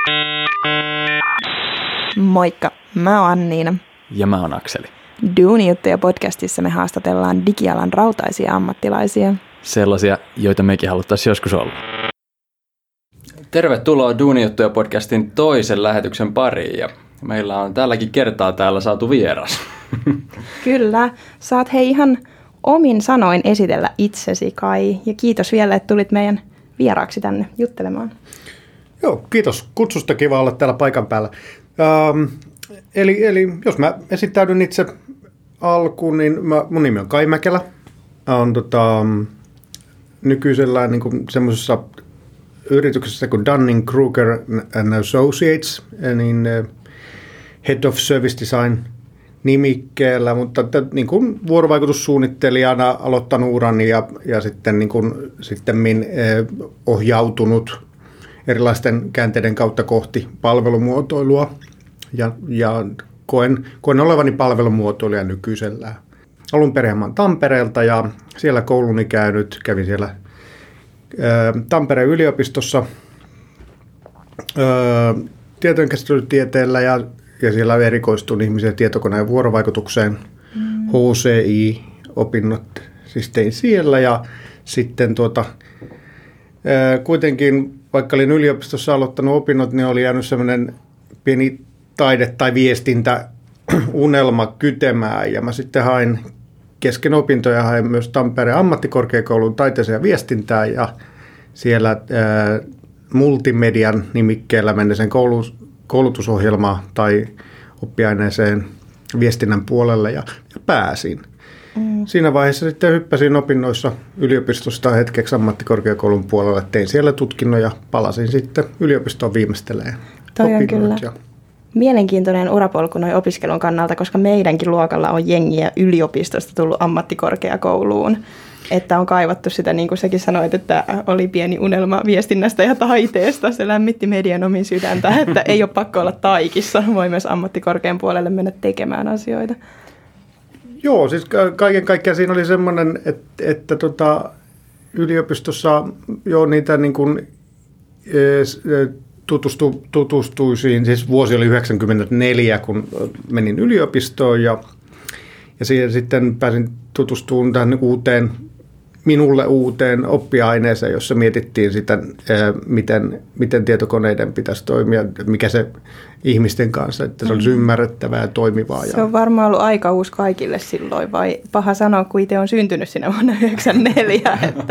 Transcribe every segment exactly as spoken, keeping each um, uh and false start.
Moikka, mä oon Anniina. Ja mä oon Akseli. Duunijuttuja podcastissa me haastatellaan digialan rautaisia ammattilaisia. Sellaisia, joita mekin haluttaisiin joskus olla. Tervetuloa Duunijuttuja podcastin toisen lähetyksen pariin. Ja meillä on tälläkin kertaa täällä saatu vieras. Kyllä, saat hei ihan omin sanoin esitellä itsesi kai. Ja kiitos vielä, että tulit meidän vieraaksi tänne juttelemaan. Joo, kiitos kutsusta. Kiva olla täällä paikan päällä. Ähm, eli, eli jos mä esittäydyn itse alkuun, niin mä, mun nimi on Kai Mäkelä. Mä oon tota, nykyisellä niin kuin semmoisessa yrityksessä kuin Dunning-Kruger and Associates, niin Head of Service Design nimikkeellä, mutta t- niin kuin vuorovaikutussuunnittelijana aloittanut urani ja, ja sitten niin kuin, sittemmin eh, ohjautunut erilaisten käänteiden kautta kohti palvelumuotoilua ja, ja koen, koen olevani palvelumuotoilija nykyisellään. Alun perin mä oon Tampereelta ja siellä kouluni käynyt, kävin siellä ä, Tampereen yliopistossa ä, tietojenkäsittelytieteellä ja, ja siellä erikoistuin ihmisen tietokoneen vuorovaikutukseen, mm. H C I-opinnot siis tein siellä ja sitten tuota, ä, kuitenkin vaikka olin yliopistossa aloittanut opinnot, niin oli jäänyt sellainen pieni taide- tai viestintäunelma kytemään. Ja mä sitten hain kesken opintoja, hain myös Tampereen ammattikorkeakoulun taiteeseen ja viestintään. Ja siellä ää, multimedian nimikkeellä menneen koulutusohjelmaan tai oppiaineeseen viestinnän puolelle ja, ja pääsin. Mm. Siinä vaiheessa sitten hyppäsin opinnoissa yliopistosta hetkeksi ammattikorkeakoulun puolelle. Tein siellä tutkinnon ja palasin sitten yliopistoon viimeistelemään. Toi on kyllä ja... mielenkiintoinen urapolku noin opiskelun kannalta, koska meidänkin luokalla on jengiä yliopistosta tullut ammattikorkeakouluun. Että on kaivattu sitä, niin kuin säkin sanoit, että oli pieni unelma viestinnästä ja taiteesta. Se lämmitti median omin sydäntä, että ei ole pakko olla taikissa. Voi myös ammattikorkean puolelle mennä tekemään asioita. Joo, siis kaiken kaikkiaan siinä oli semmoinen, että, että tota, yliopistossa jo niitä niin kuin, tutustu, tutustuisiin, siis vuosi oli yhdeksänkymmentäneljä, kun menin yliopistoon ja, ja siihen sitten pääsin tutustumaan tähän uuteen, minulle uuteen oppiaineeseen, jossa mietittiin sitä, miten, miten tietokoneiden pitäisi toimia, mikä se ihmisten kanssa, että se olisi ymmärrettävää ja toimivaa. Se on varmaan ollut aika uusi kaikille silloin, vai paha sanoa, kun itse on syntynyt sinä vuonna yhdeksänkymmentäneljä. Että.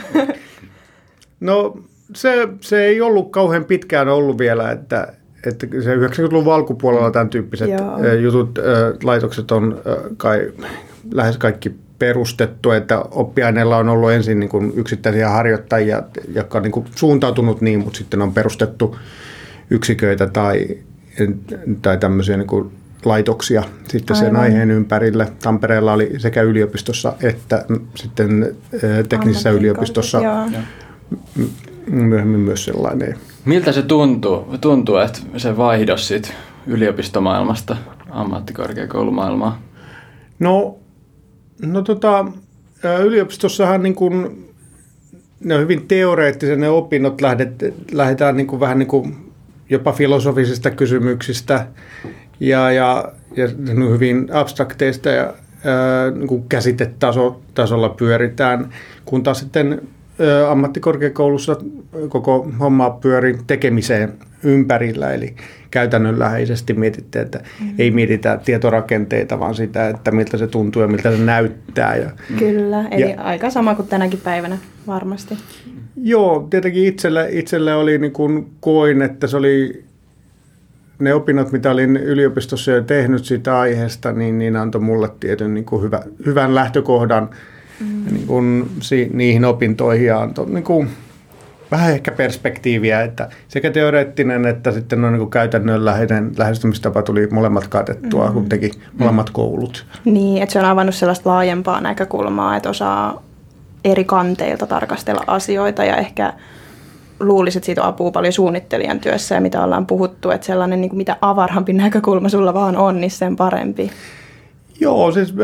No se, se ei ollut kauhean pitkään ollut vielä, että, että se yhdeksänkymmentäluvun alkupuolella tämän tyyppiset Joo. jutut, laitokset on kai lähes kaikki perustettu, että oppiaineilla on ollut ensin niin kuin yksittäisiä harjoittajia, jotka on niin kuin suuntautunut niin, mutta sitten on perustettu yksiköitä tai, tai tämmöisiä niin kuin laitoksia sitten Aivan. sen aiheen ympärille. Tampereella oli sekä yliopistossa että sitten teknisessä yliopistossa myöhemmin myös sellainen. Miltä se tuntuu, tuntuu että se vaihdos siitä yliopistomaailmasta ammattikorkeakoulumaailmaan? No No tota, yliopistossahan niin kuin, ne on hyvin teoreettisia ne opinnot, lähdet, lähdetään niin kuin vähän niin kuin jopa filosofisista kysymyksistä ja, ja, ja hyvin abstrakteista ja ää, niin kuin käsitetasolla pyöritään, kun taas sitten ää, ammattikorkeakoulussa koko homma pyörii tekemiseen ympärillä, eli käytännönläheisesti mietitte, että mm-hmm. ei mietitä tietorakenteita, vaan sitä, että miltä se tuntuu ja miltä se näyttää. Ja, Kyllä, eli ja, aika sama kuin tänäkin päivänä varmasti. Joo, tietenkin itselle, itselle oli niin kuin koin, että se oli ne opinnot, mitä olin yliopistossa jo tehnyt siitä aiheesta, niin, niin antoi mulle tietyn niin kuin hyvä, hyvän lähtökohdan mm-hmm. niin kuin, si, niihin opintoihin ja antoi niin kuin, vähän ehkä perspektiiviä, että sekä teoreettinen että sitten noin niin käytännönläheinen lähestymistapa tuli molemmat katettua, mm. kun teki molemmat koulut. Niin, että se on avannut sellaista laajempaa näkökulmaa, että osaa eri kanteilta tarkastella asioita ja ehkä luulisin, että siitä on apua paljon suunnittelijan työssä ja mitä ollaan puhuttu, että sellainen niin kuin mitä avarhampi näkökulma sulla vaan on, niin sen parempi. Joo, siis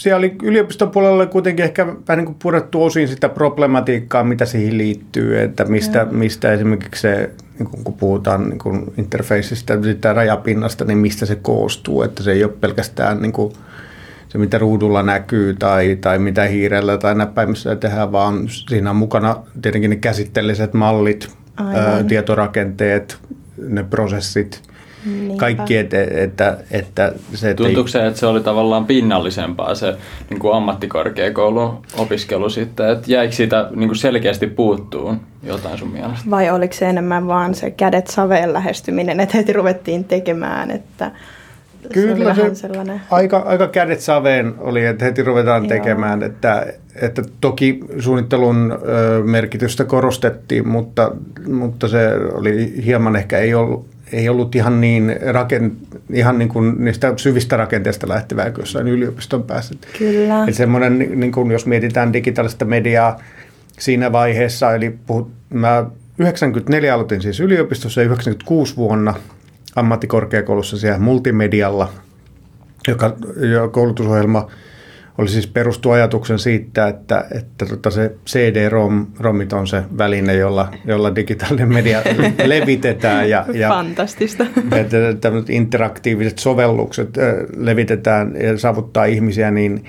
siellä oli yliopiston puolella kuitenkin ehkä vähän niin kuin purettu osin sitä problematiikkaa, mitä siihen liittyy, että mistä, mistä esimerkiksi se, niin kun puhutaan niin kun interfaceista, sitä rajapinnasta, niin mistä se koostuu, että se ei ole pelkästään niin kuin se, mitä ruudulla näkyy tai, tai mitä hiirellä tai näppäimissä tehdään, vaan siinä on mukana tietenkin ne käsitteelliset mallit, ää, tietorakenteet, ne prosessit, niinpä. Kaikki, että, että, että se... Tuntuuko se, että se oli tavallaan pinnallisempaa se niin kuin ammattikorkeakoulun opiskelu sitten, että jäikö siitä niin kuin selkeästi puuttuun jotain sun mielestä? Vai oliko se enemmän vaan se kädet saveen lähestyminen, että heti ruvettiin tekemään, että... Kyllä se, se aika, aika kädet saveen oli, että heti ruvetaan tekemään, että, että toki suunnittelun ö, merkitystä korostettiin, mutta, mutta se oli hieman ehkä ei ollut, ei ollut ihan niin, rakent, ihan niin kuin niistä syvistä rakenteista lähtevää kuin jossain yliopiston päässä. Kyllä. Eli semmoinen, niin kuin jos mietitään digitaalista mediaa siinä vaiheessa, eli puhut, mä yhdeksänkymmentäneljä aloitin siis yliopistossa ja yhdeksänkymmentäkuusi vuonna ammattikorkeakoulussa siellä multimedialla, joka, joka koulutusohjelma oli siis perustu ajatuksen siitä, että, että tota se C D-ROM romit on se väline, jolla, jolla digitaalinen media levitetään. Ja, ja fantastista. Että tämmöiset interaktiiviset sovellukset levitetään ja saavuttaa ihmisiä, niin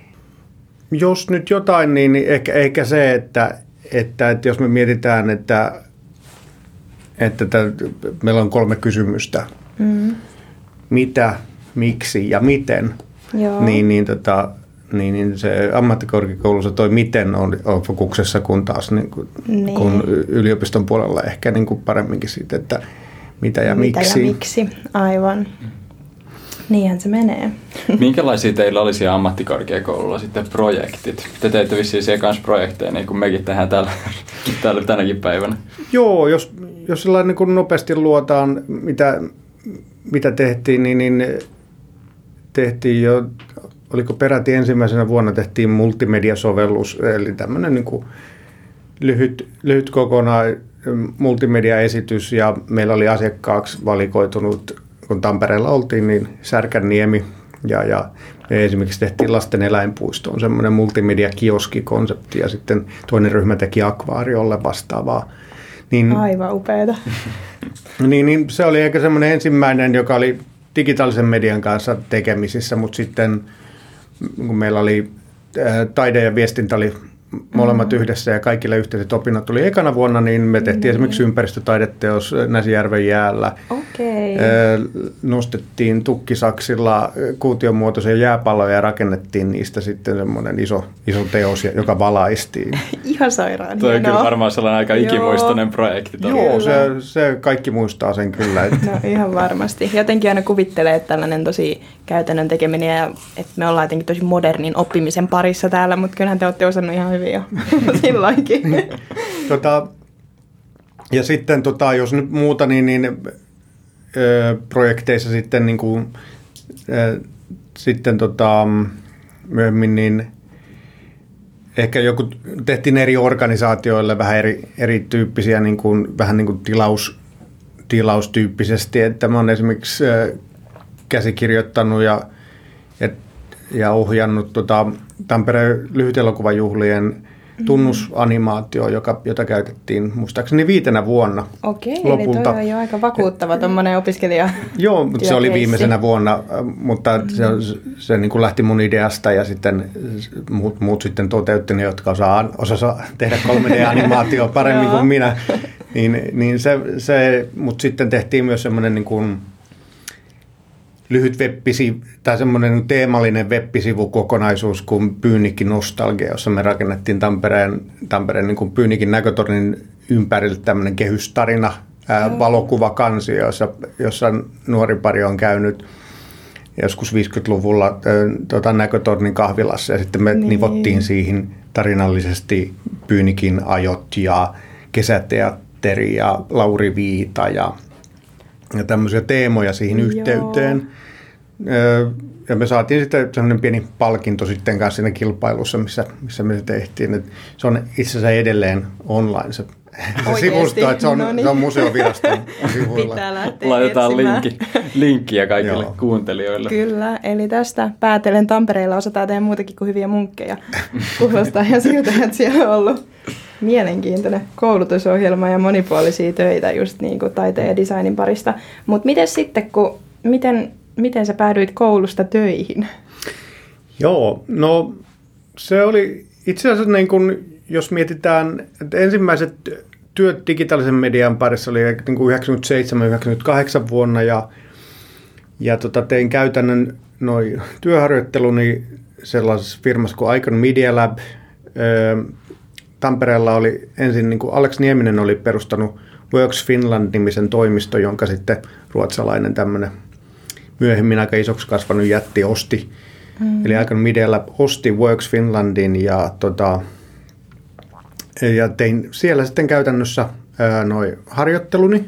jos nyt jotain, niin ehkä, ehkä se, että, että, että jos me mietitään, että että tämän, meillä on kolme kysymystä. Mm. Mitä, miksi ja miten. Niin, niin, tota, niin, niin se ammattikorkeakoulussa toi miten on, on fokuksessa, kun taas niin kuin, niin. Kun yliopiston puolella ehkä niin kuin paremminkin siitä, että mitä ja mitä miksi. Ja miksi, aivan. Niinhän se menee. Minkälaisia teillä oli siellä ammattikorkeakoululla sitten projektit? Te teitte vissiin siellä kanssa projekteja, niin kuin mekin tehdään täällä, täällä tänäkin päivänä. Joo, jos, jos sellainen niin kuin nopeasti luotaan, mitä, mitä tehtiin, niin, niin tehtiin jo, oliko peräti ensimmäisenä vuonna tehtiin multimediasovellus, eli tämmöinen niin kuin lyhyt, lyhyt kokonaan multimediaesitys, ja meillä oli asiakkaaksi valikoitunut, kun Tampereella oltiin, niin Särkänniemi ja, ja me esimerkiksi tehtiin lasten eläinpuistoon semmoinen multimedia-kioskikonsepti ja sitten toinen ryhmä teki akvaariolle vastaavaa. Niin, aivan upeata. Niin, niin se oli ehkä semmoinen ensimmäinen, joka oli digitaalisen median kanssa tekemisissä, mutta sitten kun meillä oli ää, taide ja viestintä oli molemmat mm-hmm. yhdessä ja kaikille yhteiset opinnot tuli ekana vuonna, niin me tehtiin mm-hmm. esimerkiksi ympäristötaideteos Näsijärven jäällä. Okay. Nostettiin tukkisaksilla kuutiomuotoisia jääpalloja ja rakennettiin niistä sitten semmoinen iso, iso teos, joka valaistiin. Ihan sairaan Tuo on hienoa. kyllä varmaan sellainen aika ikimuistoinen projekti. Joo, se, se kaikki muistaa sen kyllä. Että. No ihan varmasti. Jotenkin aina kuvittelee, että tällainen tosi käytännön tekeminen ja että me ollaan jotenkin tosi modernin oppimisen parissa täällä, mutta kyllähän te olette osannut ihan hyvin jo silloinkin. tota, ja sitten tota, jos nyt muuta, niin, niin ö, projekteissa sitten, niin kuin, ö, sitten tota, myöhemmin niin ehkä joku tehtiin eri organisaatioille vähän eri, erityyppisiä, niin kuin, vähän niin kuin tilaus, tilaustyyppisesti, että mä oon esimerkiksi ö, käsikirjoittanut ja, ja, ja ohjannut tota, Tampereen lyhytelokuvajuhlien tunnusanimaatio, joka, jota käytettiin muistaakseni viitenä vuonna. Okei, lopulta. Eli toi on jo aika vakuuttava tuommoinen opiskelija. Joo, mutta se oli viimeisenä vuonna, mutta mm. se, se niin kuin lähti mun ideasta ja sitten muut, muut sitten toteutti ne, jotka osaa, osaa tehdä kolme D-animaatioa paremmin kuin minä. Niin, niin se, se, mutta sitten tehtiin myös semmoinen niin kuin lyhyt web-sivu, tai semmoinen teemallinen web-sivukokonaisuus kuin Pyynikin nostalgia, jossa me rakennettiin Tampereen, Tampereen niin kuin Pyynikin näkötornin ympärille tämmöinen kehystarina, ää, valokuvakansi, jossa, jossa nuori pari on käynyt joskus viisikymmentäluvulla ää, tota, näkötornin kahvilassa, ja sitten me niin. nivottiin siihen tarinallisesti Pyynikin ajot ja kesäteatteri ja Lauri Viita ja ja tämmöisiä teemoja siihen yhteyteen. Ja me saatiin sitten sellainen pieni palkinto sitten kanssa siinä kilpailussa, missä, missä me se tehtiin. Et se on itse asiassa edelleen online se, se sivusto, että se on, no niin. se on museoviraston sivuilla. Laitetaan linkki, linkkiä kaikille Joo. kuuntelijoille. Kyllä, eli tästä päätellen Tampereella osataan tehdä muutakin kuin hyviä munkkeja. Kuulostaa ihan siltä, että siellä on ollut mielenkiintoinen koulutusohjelma ja monipuolisia töitä just niin kuin taiteen ja designin parista. Mutta miten sitten, kun, miten, miten sä päädyit koulusta töihin? Joo, no se oli itse asiassa niin kuin, jos mietitään, että ensimmäiset työt digitaalisen median parissa oli niin kuin yhdeksänkymmentäseitsemän yhdeksänkymmentäkahdeksan vuonna ja, ja tota, tein käytännön noi työharjoitteluni sellaisessa firmassa kuin Icon Media Lab. Öö, Tampereella oli ensin, niin kuin Alex Nieminen oli perustanut Works Finland-nimisen toimisto, jonka sitten ruotsalainen tämmöinen myöhemmin aika isoksi kasvanut jätti osti. Mm. Eli Icon Media Lab osti Works Finlandin ja, tota, ja tein siellä sitten käytännössä ää, noi harjoitteluni.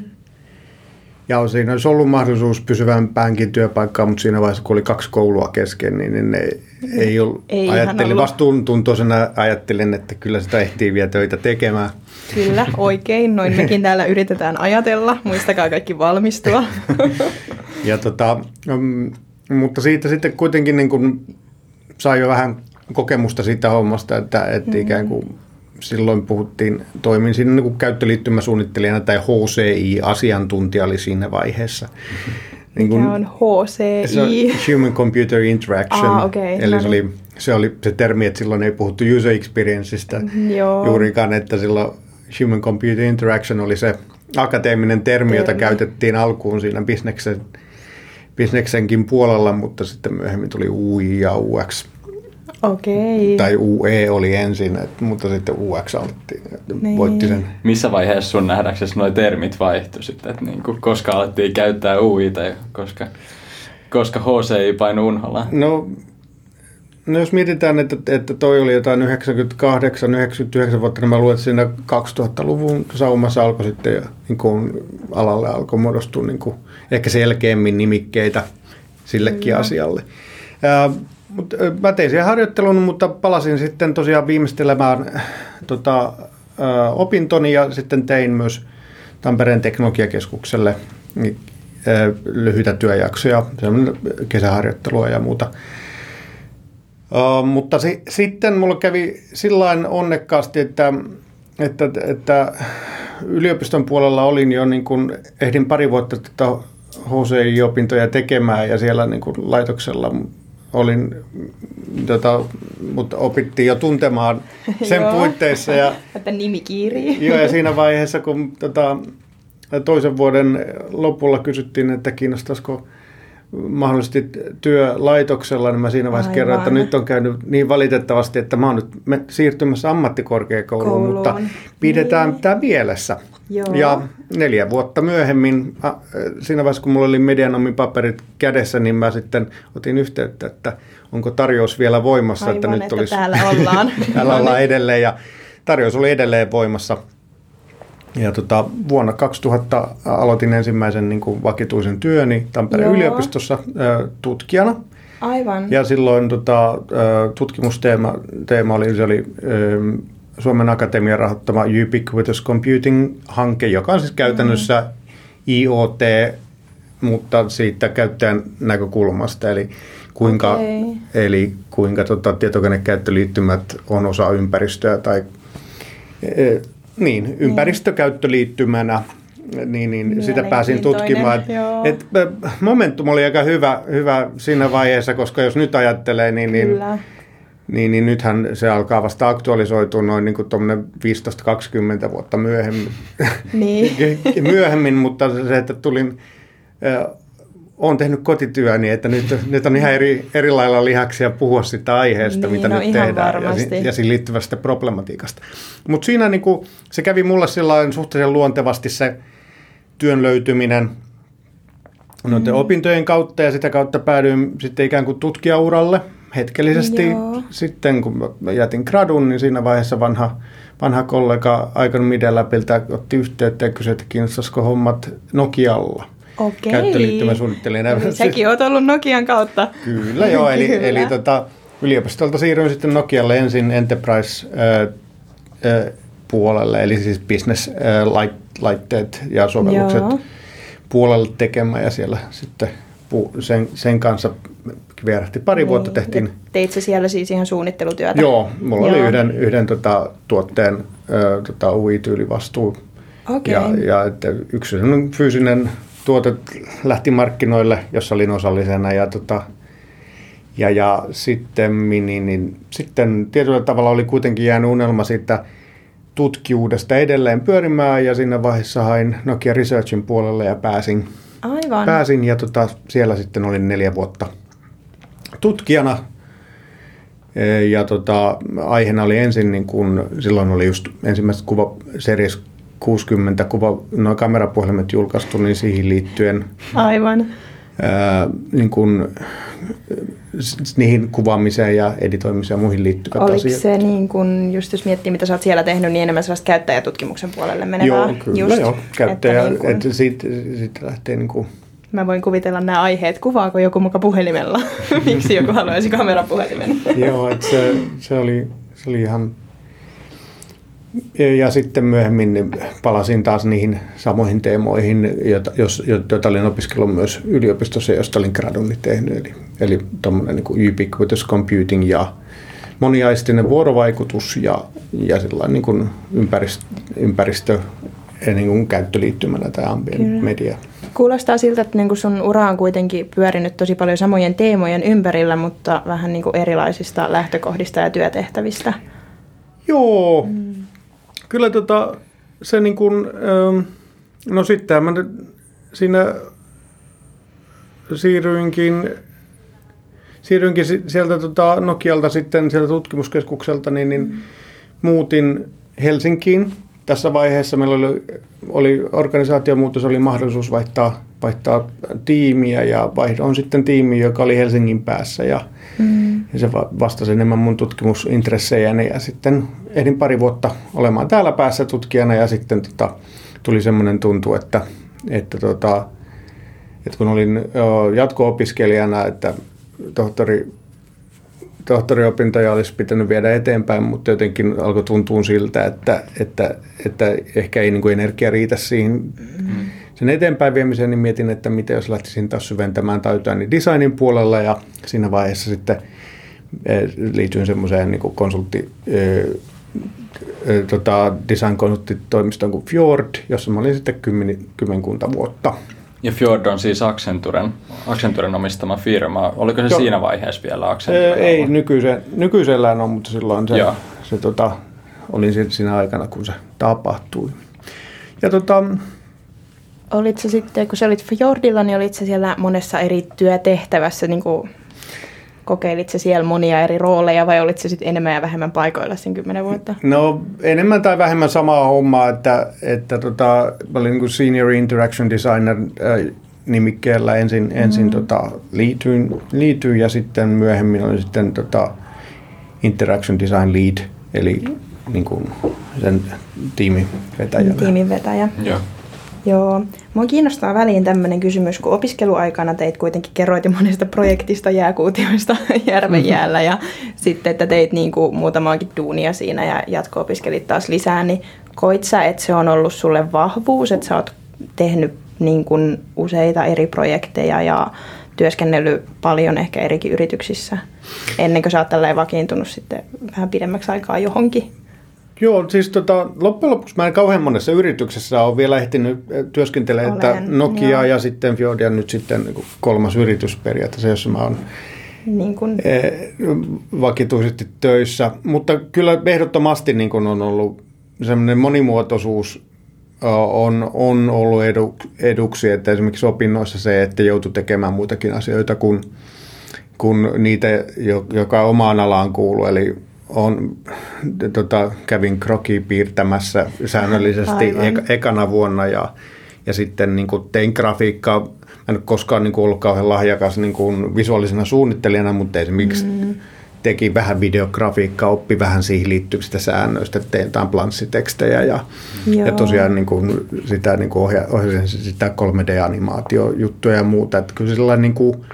Ja siinä olisi ollut mahdollisuus pysyvämpäänkin työpaikkaan, mutta siinä vaiheessa, kun oli kaksi koulua kesken, niin ne ei ollut. Ei ajattelin vastuuntuntoisena, ajattelin, että kyllä sitä ehtii vielä töitä tekemään. Kyllä, oikein. Noin mekin täällä yritetään ajatella. Muistakaa kaikki valmistua. Ja tota, mutta siitä sitten kuitenkin niin kuin sai jo vähän kokemusta siitä hommasta, että, että mm. ikään kuin silloin puhuttiin, toimin siinä niin kuin käyttöliittymäsuunnittelijana tai H C I-asiantuntija oli siinä vaiheessa. Niin kuin, mikä on H C I? Human Computer Interaction. Ah, okay. Eli se oli, se oli se termi, että silloin ei puhuttu user experienceista Joo. juurikaan, että silloin Human Computer Interaction oli se akateeminen termi, termi. jota käytettiin alkuun siinä bisneksen, bisneksenkin puolella, mutta sitten myöhemmin tuli U I ja U X. Okei. Tai U E oli ensin, että, mutta sitten U X alettiin, niin. voitti sen. Missä vaiheessa sun nähdäksesi nuo termit vaihtui sitten, että niin kuin, koska alettiin käyttää U I tai koska, koska H C I painui unholaan? No, no jos mietitään, että, että toi oli jotain yhdeksänkymmentäkahdeksan yhdeksänkymmentäyhdeksän vuotta, niin mä luulen, että siinä kaksituhattaluvun saumassa alkoi sitten ja niin kuin alalle alkoi muodostua niin kuin ehkä selkeämmin nimikkeitä sillekin Kyllä. asialle. Ja, Mut, mä tein siihen harjoittelun, mutta palasin sitten tosiaan viimeistelemään tota, ä, opintoni ja sitten tein myös Tampereen teknologiakeskukselle ä, lyhyitä työjaksoja, kesäharjoittelua ja muuta. Ä, mutta si, sitten mulla kävi sillain onnekkaasti, että, että, että yliopiston puolella olin jo, niin kun ehdin pari vuotta tätä H C I-opintoja tekemään ja siellä niin kun laitoksella olin, tota, mutta opittiin jo tuntemaan sen puitteissa. Ja, että nimi kiirii. Joo, ja siinä vaiheessa, kun tota, toisen vuoden lopulla kysyttiin, että kiinnostaisiko mahdollisesti työ laitoksella, niin mä siinä vaiheessa Aivan. kerroin, että nyt on käynyt niin valitettavasti, että mä oon nyt siirtymässä ammattikorkeakouluun, Kouluun. mutta pidetään niin. tämä mielessä. Joo. Ja neljä vuotta myöhemmin, siinä vaiheessa kun mulla oli medianomin paperit kädessä, niin mä sitten otin yhteyttä, että onko tarjous vielä voimassa. Aivan, että, nyt että olisi, täällä ollaan. täällä ollaan edelleen ja tarjous oli edelleen voimassa. Ja tota, vuonna kaksituhatta aloitin ensimmäisen niin kuin vakituisen työni Tampereen Joo. yliopistossa ä, tutkijana. Aivan. Ja silloin tota, ä, tutkimusteema teema oli, se oli ä, Suomen Akatemian rahoittama Ubiquitous Computing-hanke, joka on siis käytännössä mm. I O T, mutta siitä käyttäjän näkökulmasta. Eli kuinka, okay. eli kuinka tota, tietokonekäyttöliittymät on osa ympäristöä tai e, niin, ympäristökäyttöliittymänä, niin, niin sitä pääsin tutkimaan. Et, momentum oli aika hyvä, hyvä siinä vaiheessa, koska jos nyt ajattelee, niin, niin, niin, niin nythän se alkaa vasta aktualisoitua noin niin kuin tuommoinen viisitoista kaksikymmentä vuotta myöhemmin. Niin. myöhemmin, mutta se, että tulin... Olen tehnyt kotityöni, että nyt, nyt on ihan eri, eri lailla lihaksia puhua sitä aiheesta, niin, mitä no nyt tehdään ja, ja siihen liittyvästä problematiikasta. Mutta siinä niin kuin, se kävi mulle sillain suhteellisen luontevasti se työn löytyminen noiden mm. opintojen kautta ja sitä kautta päädyin sitten ikään kuin tutkijauralle hetkellisesti. Joo. Sitten kun mä jätin gradun, niin siinä vaiheessa vanha, vanha kollega Icon Media Labilta otti yhteyttä ja kysyi, että kiinnostaisiko hommat Nokialla. Okei. käyttöliittymäsuunnittelijana. Eli säkin oot ollut Nokian kautta. Kyllä joo, eli, Kyllä. eli tota, yliopistolta siirryin sitten Nokialle ensin Enterprise-puolelle, eli siis business-laitteet ja sovellukset joo. puolelle tekemään ja siellä sitten sen, sen kanssa vierähti pari niin. vuotta tehtiin. Teit sä siellä siis ihan suunnittelutyötä? Joo, mulla joo. oli yhden, yhden tota, tuotteen ö, tota, U I-tyylivastuu. Okay. Ja, ja että yksi fyysinen tuote lähti markkinoille, jossa olin osallisena. Ja, tota, ja, ja sitten, niin, niin, sitten tietyllä tavalla oli kuitenkin jäänyt unelma siitä tutkijuudesta edelleen pyörimään. Ja siinä vaiheessa hain Nokia Researchin puolelle ja pääsin. Aivan. Pääsin ja tota, siellä sitten olin neljä vuotta tutkijana. Ja tota, aiheena oli ensin, niin kun, silloin oli just ensimmäiset kuva, Series kuusikymmentä kuva, nuo kamerapuhelimet julkaistu, niin siihen liittyen aivan. Ää, niin kun, niihin kuvaamiseen ja editoimiseen ja muihin liittyvät Oliko asiat. Oliko se, niin kun, just jos miettii, mitä sä oot siellä tehnyt, niin enemmän sellaista käyttäjätutkimuksen puolelle menevää? Joo, kyllä just, joo. Käyttäjä, että niin kun, että siitä, siitä lähtee niin kuin mä voin kuvitella nämä aiheet. Kuvaako joku muka puhelimella? Miksi joku haluaisi kamerapuhelimen? Joo, että se, se, oli, se oli ihan. Ja sitten myöhemmin niin palasin taas niihin samoihin teemoihin, joita, jos, joita olin opiskellut myös yliopistossa, josta olin graduni tehnyt. Eli, eli tuommoinen niin kuin ubiquitous computing ja moniaistinen vuorovaikutus ja, ja sellainen niin kuin ympäristö, ympäristö ja niin kuin käyttöliittymänä tai ambient media. Kuulostaa siltä, että niin kuin sun ura on kuitenkin pyörinyt tosi paljon samojen teemojen ympärillä, mutta vähän niin kuin erilaisista lähtökohdista ja työtehtävistä. Joo, mm. kyllä tota, se niin kuin, no sitten mä siinä siirryinkin, siirryinkin sieltä tota Nokialta sitten sieltä tutkimuskeskukselta, niin, niin mm. muutin Helsinkiin. Tässä vaiheessa meillä oli, oli organisaatiomuutos, oli mahdollisuus vaihtaa, vaihtaa tiimiä ja vaihdoin sitten tiimi, joka oli Helsingin päässä ja, mm. ja se vastasi enemmän mun tutkimusintressejäni ja sitten ehdin pari vuotta olemaan täällä päässä tutkijana ja sitten tota, tuli semmoinen tuntu, että, että, tota, että kun olin jatko-opiskelijana, että tohtori tohtoriopintoja olisi pitänyt viedä eteenpäin, mutta jotenkin alkoi tuntua siltä, että, että, että ehkä ei niin kuin energia riitä siihen mm-hmm. sen eteenpäin viemiseen, niin mietin, että mitä jos lähtisin taas syventämään taitoani designin puolella ja siinä vaiheessa sitten liityin semmoiseen niin kuin konsultti, tota, design-konsulttitoimistoon kuin Fjord, jossa mä olin sitten kymmen, kymmenkunta vuotta. Ja Fjord on siis Accenturen, Accenturen omistama firma. Oliko se Joo. siinä vaiheessa vielä Accenturen? Ei, nykyisen, nykyisellään on, mutta silloin se, se tota, oli siinä aikana, kun se tapahtui. Ja tota, olit sä sitten, kun sä olit Fjordilla, niin olit sä siellä monessa eri työtehtävässä, niin kuin kokeilit sä siellä monia eri rooleja vai olit sä sitten enemmän ja vähemmän paikoilla sen kymmenen vuotta? No enemmän tai vähemmän samaa hommaa, että, että tota, mä olin niin kuin Senior Interaction Designer äh, nimikkeellä ensin, mm-hmm. ensin tota, liityin, liityin ja sitten myöhemmin olin sitten tota, Interaction Design Lead, eli mm-hmm. niin kuin sen tiimin vetäjä. Tiimin vetäjä. Joo. Joo. Mua kiinnostaa väliin tämmöinen kysymys, kun opiskeluaikana teit kuitenkin kerroit jo monesta projektista jääkuutioista järven jäällä ja sitten, että teit niin kuin muutamaankin duunia siinä ja jatko-opiskelit taas lisää, niin koit sä, että se on ollut sulle vahvuus, että sä oot tehnyt niin kuin useita eri projekteja ja työskennellyt paljon ehkä erikin yrityksissä, ennen kuin sä oot tälleen vakiintunut sitten vähän pidemmäksi aikaa johonkin? Joo, siis tota, loppujen lopuksi mä en kauhean monessa yrityksessä ole vielä ehtinyt työskentelemään, että Nokia joo. ja sitten Fjord ja nyt sitten niin kolmas yritys periaatteessa, jossa mä oon niin kun vakituisesti töissä. Mutta kyllä ehdottomasti niin kun on ollut semmoinen monimuotoisuus on, on ollut edu, eduksi, että esimerkiksi opinnoissa se, että joutui tekemään muitakin asioita kuin, kuin niitä, joka omaan alaan kuuluu, eli on, tota, kävin krokia piirtämässä säännöllisesti ek- ekana vuonna ja, ja sitten niin kuin tein grafiikkaa. Mä en ole koskaan niin kuin ollut kauhean lahjakas niin kuin visuaalisena suunnittelijana, mutta esimerkiksi mm. teki vähän videografiikkaa, oppi vähän siihen liittyvistä säännöistä, tein jotain planssitekstejä ja, ja tosiaan niin kuin sitä niin kuin ohja, ohjasin sitä kolme D-animaatiojuttuja ja muuta. Että kyllä sellainen niin kuin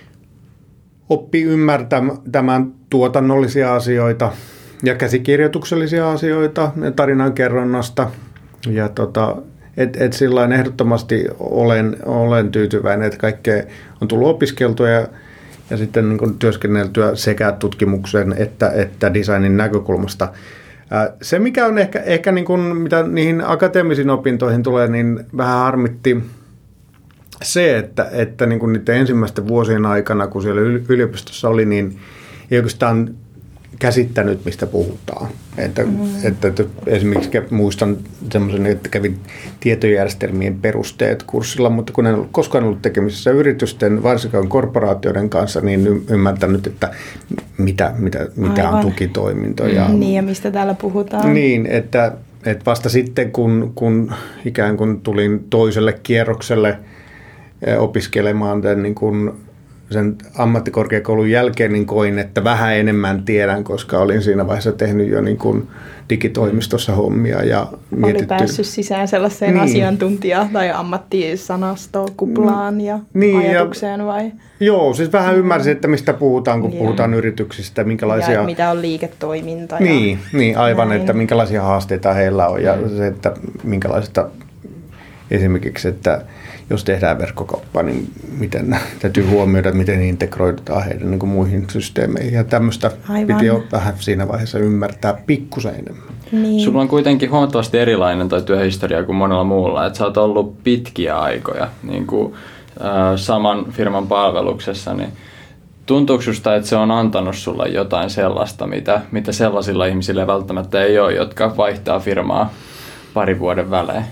oppi ymmärtämään tuotannollisia asioita ja käsikirjoituksellisia asioita ja tarinankerronnasta. Ja tota, et, et sillain ehdottomasti olen, olen tyytyväinen, että kaikkea on tullut opiskeltua ja, ja sitten niin kuin työskenneltyä sekä tutkimuksen että, että designin näkökulmasta. Ää, se, mikä on ehkä, ehkä niin kuin, mitä niihin akateemisiin opintoihin tulee, niin vähän harmitti se, että, että niin kuin niiden ensimmäisten vuosien aikana, kun siellä yliopistossa oli, niin ei oikeastaan käsittänyt, mistä puhutaan. Että, mm. että, että esimerkiksi muistan semmoisen, että kävin tietojärjestelmien perusteet kurssilla, mutta kun en ollut koskaan ollut tekemisissä yritysten, varsinkaan korporaatioiden kanssa, niin y- ymmärtänyt, että mitä, mitä, mitä on tukitoiminto. Ja, niin, ja mistä täällä puhutaan. Niin, että, että vasta sitten, kun, kun ikään kuin tulin toiselle kierrokselle opiskelemaan tämän niin kuin sen ammattikorkeakoulun jälkeen, niin koin, että vähän enemmän tiedän, koska olin siinä vaiheessa tehnyt jo niin kuin digitoimistossa hommia. Ja oli päässyt sisään sellaiseen niin. asiantuntija- tai ammattisanastokuplaan ja niin, ajatukseen vai? Joo, siis vähän ymmärsin, että mistä puhutaan, kun ja. puhutaan yrityksistä, minkälaisia... Ja mitä on liiketoiminta. Niin, ja niin aivan, näin. Että minkälaisia haasteita heillä on ja se, että minkälaista esimerkiksi, että jos tehdään verkkokauppaa, niin miten täytyy huomioida, että miten integroidutaan heidän niin kuin muihin systeemeihin. Ja tämmöistä aivan. Piti jo vähän siinä vaiheessa ymmärtää pikkusen enemmän. Niin. Sulla on kuitenkin huomattavasti erilainen toi työhistoria kuin monella muulla. Että sä oot ollut pitkiä aikoja niin kuin, äh, saman firman palveluksessa. Niin tuntuuko susta, että se on antanut sulle jotain sellaista, mitä, mitä sellaisilla ihmisillä välttämättä ei ole, jotka vaihtaa firmaa parin vuoden välein?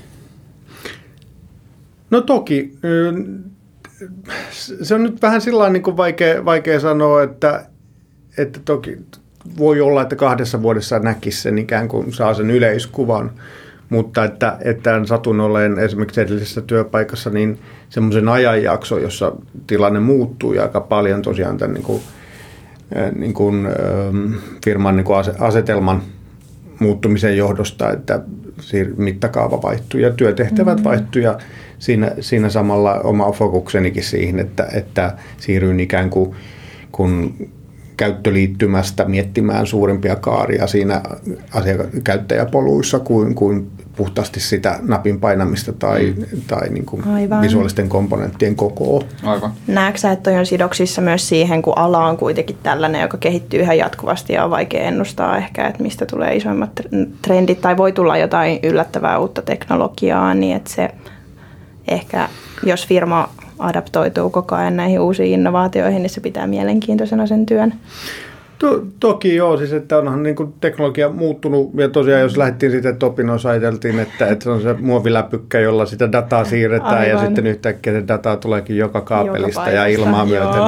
No toki. Se on nyt vähän sillä niin kuin vaikea, vaikea sanoa, että, että toki voi olla, että kahdessa vuodessa näkisi sen ikään kuin saa sen yleiskuvan, mutta että, että satun olen esimerkiksi edellisessä työpaikassa niin semmoisen ajanjakso, jossa tilanne muuttuu ja aika paljon tosiaan tämän niin kuin, niin kuin, firman niin kuin asetelman muuttumisen johdosta, että mittakaava vaihtuu ja työtehtävät mm-hmm. vaihtuu ja siinä, siinä samalla oma fokuksenikin siihen, että, että siirryin ikään kuin kun käyttöliittymästä miettimään suurimpia kaaria siinä asiak- käyttäjäpoluissa kuin, kuin puhtaasti sitä napin painamista tai, mm. tai niin kuin visuaalisten komponenttien kokoa. Aivan. Näetkö sä, että toi on sidoksissa myös siihen, kun ala on kuitenkin tällainen, joka kehittyy ihan jatkuvasti ja on vaikea ennustaa ehkä, että mistä tulee isoimmat trendit tai voi tulla jotain yllättävää uutta teknologiaa, niin että se ehkä, jos firma adaptoituu koko ajan näihin uusiin innovaatioihin, niin se pitää mielenkiintoisena sen työn. To, toki joo, siis että onhan niin kuin teknologia muuttunut ja tosiaan jos lähdettiin siitä, että opinnoissa ajateltiin, että, että se on se muoviläpykkä, jolla sitä dataa siirretään aivan. Ja sitten yhtäkkiä se dataa tuleekin joka kaapelista joka ja ilmaa myöten.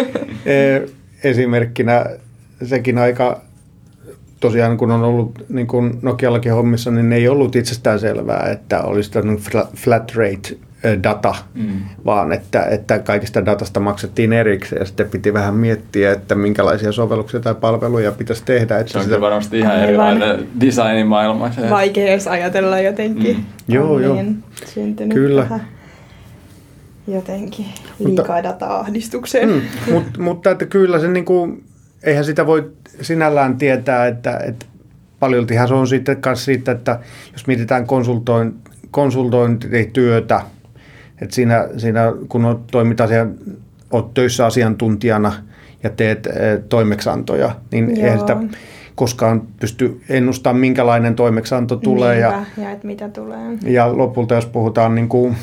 Esimerkkinä sekin aika, tosiaan kun on ollut niin kuin Nokiallakin hommissa, niin ei ollut itsestään selvää, että olisi flat rate data, mm. vaan että, että kaikista datasta maksettiin erikseen ja sitten piti vähän miettiä, että minkälaisia sovelluksia tai palveluja pitäisi tehdä. Että se on sitä... varmasti ihan erilainen designimaailma. Vaikea edes ajatella jotenkin. Mm. Joo, joo. Syntynyt kyllä. Vähän jotenkin liikaa mutta, dataa-ahdistukseen. Mm, mutta, mutta että kyllä se niin kuin, eihän sitä voi sinällään tietää, että, että paljoltihan se on sitten myös siitä, että jos mietitään konsultoin, konsultointityötä, että siinä, siinä kun toimit asian, olet töissä asiantuntijana ja teet e, toimeksiantoja, niin Joo. eihän sitä koskaan pysty ennustamaan, minkälainen toimeksianto tulee. Niinpä, ja, ja että mitä tulee. Ja lopulta, jos puhutaan niin kuin,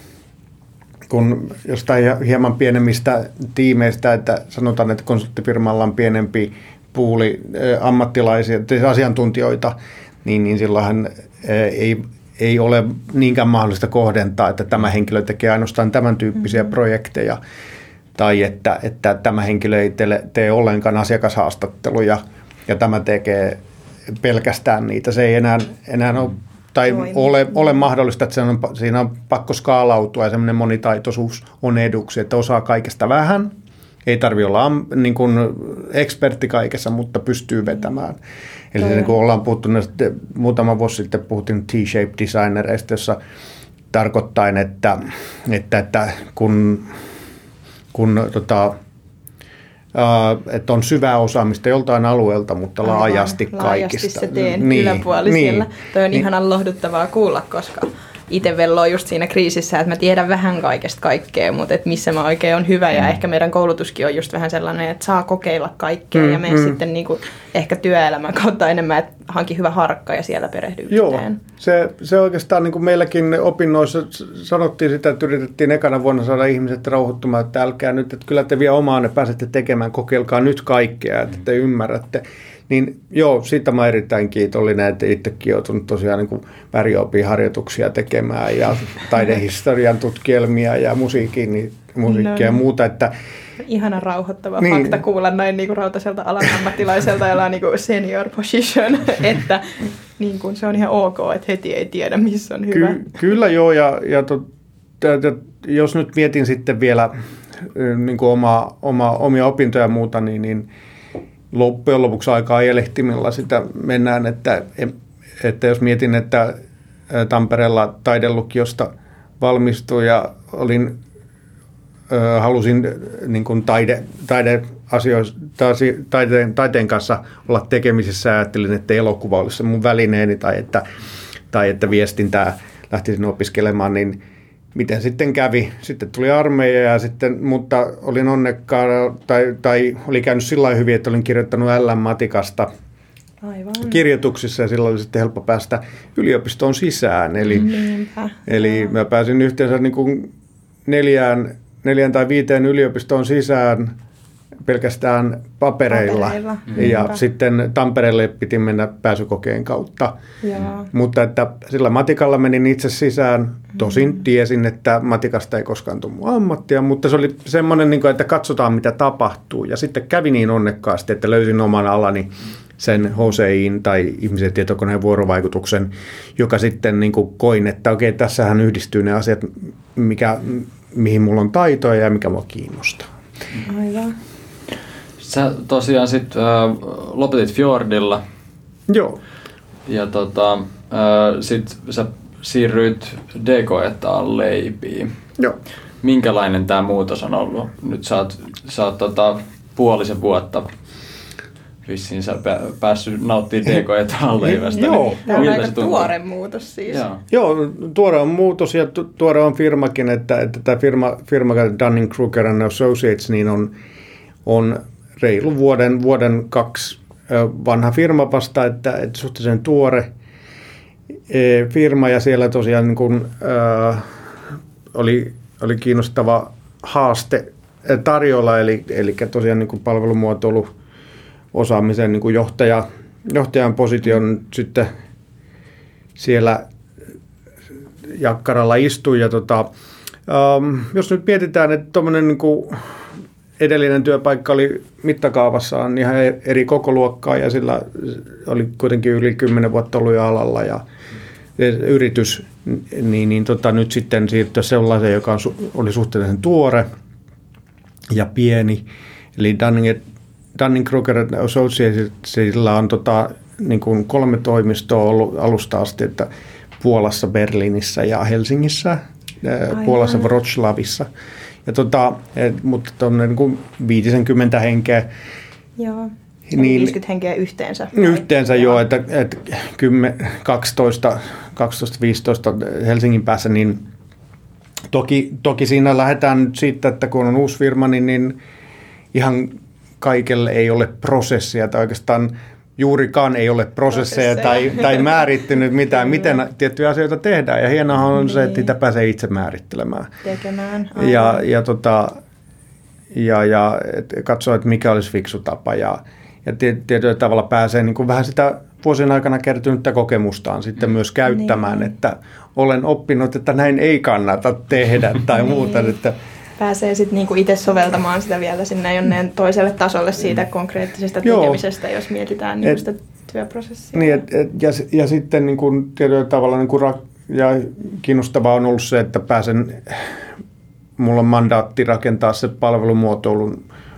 kun jostain hieman pienemmistä tiimeistä, että sanotaan, että konsulttifirmalla on pienempi puuli e, ammattilaisia, asiantuntijoita, niin, niin silloinhan e, ei... ei ole niinkään mahdollista kohdentaa, että tämä henkilö tekee ainoastaan tämän tyyppisiä mm-hmm. projekteja, tai että, että tämä henkilö ei tee, tee ollenkaan asiakashaastatteluja, ja tämä tekee pelkästään niitä. Se ei enää, enää ole, tai ole, ole mahdollista, että on, siinä on pakko skaalautua, ja semmoinen monitaitoisuus on eduksi, että osaa kaikesta vähän, Ei tarvitse olla niin kuin ekspertti kaikessa, mutta pystyy vetämään. Eli niin kuin ollaan puhuttu, muutama vuosi sitten puhuttiin T-shape designereista, jossa tarkoittain, että, että, että kun, kun tota, Uh, että on syvää osaamista joltain alueelta, mutta Aivan, laajasti kaikista. Laajasti se teen niin, yläpuoli niin, siellä. Toi on niin. Ihanan lohduttavaa kuulla, koska itse velloo just siinä kriisissä, että mä tiedän vähän kaikesta kaikkea, mutta että missä mä oikein on hyvä. Mm. Ja ehkä meidän koulutuskin on just vähän sellainen, että saa kokeilla kaikkea mm, ja mene mm. sitten niinku ehkä työelämän kautta enemmän, että hanki hyvä harkka ja siellä perehdy Joo, yhteen. se, se oikeastaan niin kuin meilläkin opinnoissa sanottiin sitä, että yritettiin ekana vuonna saada ihmiset rauhoittumaan, että älkää nyt, että kyllä te vielä omaan ne pääsette tekemään, kokeilkaa nyt kaikkea, että te ymmärrätte. Niin joo, siitä mä erittäin kiitollinen, että itsekin joutunut tosiaan niin kuin väriopin-harjoituksia tekemään ja taidehistorian tutkielmia ja musiikin, niin, musiikkia no, ja muuta. Että, ihana rauhoittava niin, fakta kuulla näin niin kuin rautaiselta alan ammattilaiselta, jolla on niin kuin senior position, että niin kuin se on ihan ok, että heti ei tiedä, missä on hyvä. Ky- kyllä joo, ja, ja to, t- t- jos nyt mietin sitten vielä niin kuin oma, oma, omia opintoja ja muuta, niin, niin loppujen lopuksi aikaa elehtimillä sitä mennään, että, että jos mietin, että Tampereella taidelukiosta valmistuin ja olin, halusin niin kuin taide, taideasioista, taiteen, taiteen kanssa olla tekemisissä ja ajattelin, että elokuva olisi se mun välineeni tai että, tai että viestintää lähtisin opiskelemaan, niin miten sitten kävi? Sitten tuli armeija, ja sitten, mutta olin onnekkaan, tai, tai oli käynyt sillä lailla hyvin, että olin kirjoittanut L M-matikasta Aivan. kirjoituksissa, ja silloin oli sitten helppo päästä yliopistoon sisään. Eli, eli mä pääsin yhteensä niin kuin neljään, neljään tai viiteen yliopistoon sisään pelkästään papereilla, papereilla. ja Niinpä. Sitten Tampereelle piti mennä pääsykokeen kautta. Jaa. Mutta että sillä matikalla menin itse sisään, tosin tiesin, että matikasta ei koskaan tule mun ammattia, mutta se oli semmoinen, että katsotaan mitä tapahtuu, ja sitten kävi niin onnekkaasti, että löysin oman alani sen H C I:n tai ihmisen tietokoneen vuorovaikutuksen, joka sitten niin kuin koin, että okei, tässähän yhdistyy ne asiat, mikä, mihin mulla on taitoja ja mikä mua kiinnostaa. Aivan. Sä tosiaan sitten äh, lopetit Fjordilla. Joo. Ja tota, äh, sitten sä siirryit D K Etaan leipiin. Joo. Minkälainen tämä muutos on ollut? Nyt sä oot, sä oot tota, puolisen vuotta vissiin sä päässyt nauttimaan D K Etaan leivästä. Joo. Tämä on aika tuore muutos siis. Joo. Joo, tuore on muutos ja tu- tuore on firmakin, että, että tämä firma, firma Dunning-Kruger and Associates niin on, on reilu vuoden, vuoden kaksi vanha firma vasta, että, että suhteellisen tuore firma ja siellä tosiaan niin kuin, äh, oli, oli kiinnostava haaste tarjolla, eli, eli tosiaan niin kuin palvelumuotoilu osaamisen niin kuin johtaja, johtajan position sitten siellä jakkaralla istui. Ja tota, ähm, jos nyt mietitään, että tuommoinen niin kuin edellinen työpaikka oli mittakaavassaan ihan eri kokoluokkaa ja sillä oli kuitenkin yli kymmenen vuotta ollut jo alalla ja yritys, niin, niin tota, nyt sitten siirtyä sellaiseen, joka on, oli suhteellisen tuore ja pieni. Eli Dunning, Dunning-Kruger Associatesilla on tota, niin kuin kolme toimistoa ollut alusta asti, että Puolassa, Berliinissä ja Helsingissä, Aivan. Puolassa Wrocławissa. Ja tota, et, mutta tuonne niin viisikymmentä henkeä. Joo. Niin, viisikymmentä henkeä yhteensä. Yhteensä joo, että, että kymmenen, kaksitoista, kaksitoista, viisitoista Helsingin päässä, niin toki, toki siinä lähdetään nyt siitä, että kun on uusi firma, niin, niin ihan kaikelle ei ole prosessia tai oikeastaan juurikaan ei ole prosesseja, prosesseja. Tai, tai määrittynyt mitään, miten tiettyjä asioita tehdään. Ja hienoa on niin. se, että niitä pääsee itse määrittelemään. Tekemään. Ja, ja, tota, ja, ja et katsoa, että mikä olisi fiksu tapa. Ja, ja tietyllä tavalla pääsee niin kuin vähän sitä vuosien aikana kertynyttä kokemustaan sitten myös käyttämään, niin. että olen oppinut, että näin ei kannata tehdä tai niin. muuta. Että pääsee sitten niinku itse soveltamaan sitä vielä sinne jonneen toiselle tasolle siitä konkreettisesta tekemisestä, Joo. jos mietitään niinku sitä työprosessia. Niin, et, et, ja, ja sitten niinku tietyllä tavalla niinku ra- ja kiinnostavaa on ollut se, että pääsen, mulla on mandaatti rakentaa se palvelumuotoilun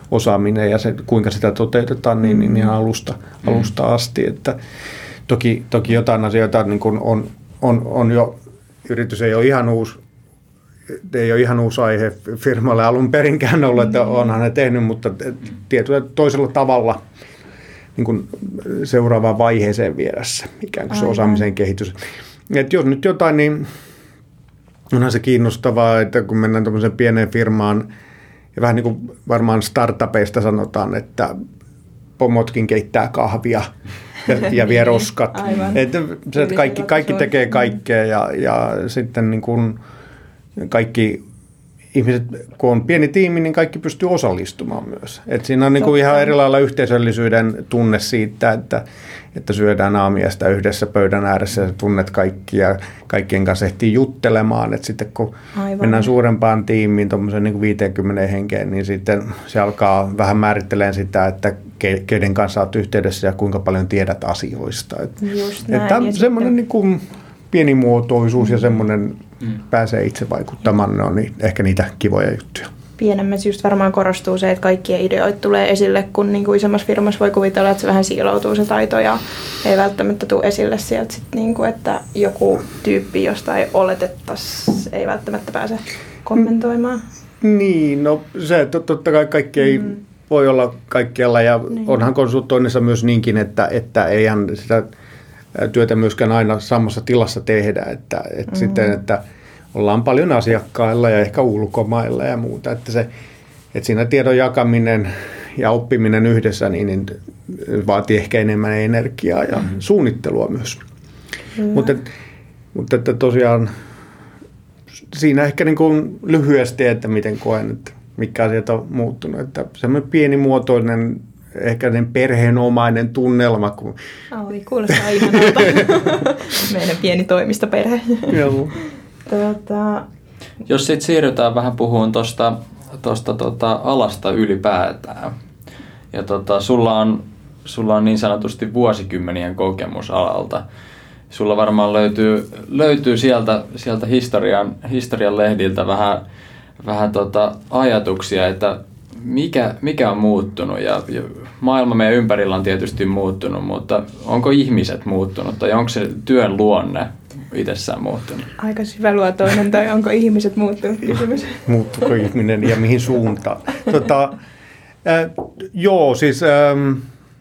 osaaminen ja se, kuinka sitä toteutetaan niin, niin ihan alusta, mm. alusta asti. Että toki, toki jotain asioita niin kuin on, on, on jo, yritys ei ole ihan uusi, ei ole ihan uusi aihe firmalle alun perinkään ollut, että onhan ne tehnyt, mutta tietyllä toisella tavalla niin kuin seuraavaan vaiheeseen viedä se, ikään kuin se osaamisen kehitys. Et jos nyt jotain, niin onhan se kiinnostavaa, että kun mennään tuollaiseen pieneen firmaan, ja vähän niin kuin varmaan startupeista sanotaan, että pomotkin keittää kahvia ja, ja vie roskat. Että se, että kaikki, kaikki tekee kaikkea ja, ja sitten niin kuin kaikki ihmiset, kun on pieni tiimi, niin kaikki pystyy osallistumaan myös. Et siinä on niin kuin ihan eri lailla yhteisöllisyyden tunne siitä, että, että syödään aamiaista yhdessä pöydän ääressä ja tunnet kaikki ja kaikkien kanssa ehtii juttelemaan. Et sitten kun Aivan. mennään suurempaan tiimiin, tuommoisen niin kuin viisikymmentä henkeen, niin sitten se alkaa vähän määrittelemään sitä, että ke, keiden kanssa olet yhteydessä ja kuinka paljon tiedät asioista. Et, että semmoinen niin kuin pienimuotoisuus ja semmoinen mm. pääsee itse vaikuttamaan, ne on niin, ehkä niitä kivoja juttuja. Pienemmässä just varmaan korostuu se, että kaikkien ideoita tulee esille, kun niin kuin isommassa firmassa voi kuvitella, että se vähän siiloutuu se taito ja ei välttämättä tule esille sieltä, sit niin kuin, että joku tyyppi jostain oletettaisiin ei välttämättä pääse kommentoimaan. Niin, no se, että totta kai kaikki ei mm. voi olla kaikkialla ja niin. onhan konsultoinnissa myös niinkin, että, että eihän sitä työtä myöskään aina samassa tilassa tehdä, että, että mm. sitten, että ollaan paljon asiakkailla ja ehkä ulkomailla ja muuta, että, se, että siinä tiedon jakaminen ja oppiminen yhdessä niin, niin vaatii ehkä enemmän energiaa ja mm. suunnittelua myös. Mm. Mutta, mutta että tosiaan siinä ehkä niin kuin lyhyesti, että miten koen, että mitkä asiat on muuttunut, että semmoinen pienimuotoinen ehkä perheenomainen tunnelma. Kun Oi, kuulostaa ihanalta. Meidän pieni toimistoperhe. Joo. Tuota... Jos sitten siirrytään vähän puhumaan tuosta tosta, tota, alasta ylipäätään. Ja tota, sulla, on, sulla on niin sanotusti vuosikymmenien kokemus alalta. Sulla varmaan löytyy, löytyy sieltä, sieltä historian, historian lehdiltä vähän, vähän tota, ajatuksia, että Mikä, mikä on muuttunut ja, ja maailma meidän ympärillä on tietysti muuttunut, mutta onko ihmiset muuttunut tai onko se työn luonne itsessään muuttunut? Aika syväluotoinen tai onko ihmiset muuttunut kysymys? Muuttuuko ihminen ja mihin suuntaan? Tota, äh, joo, siis ähm,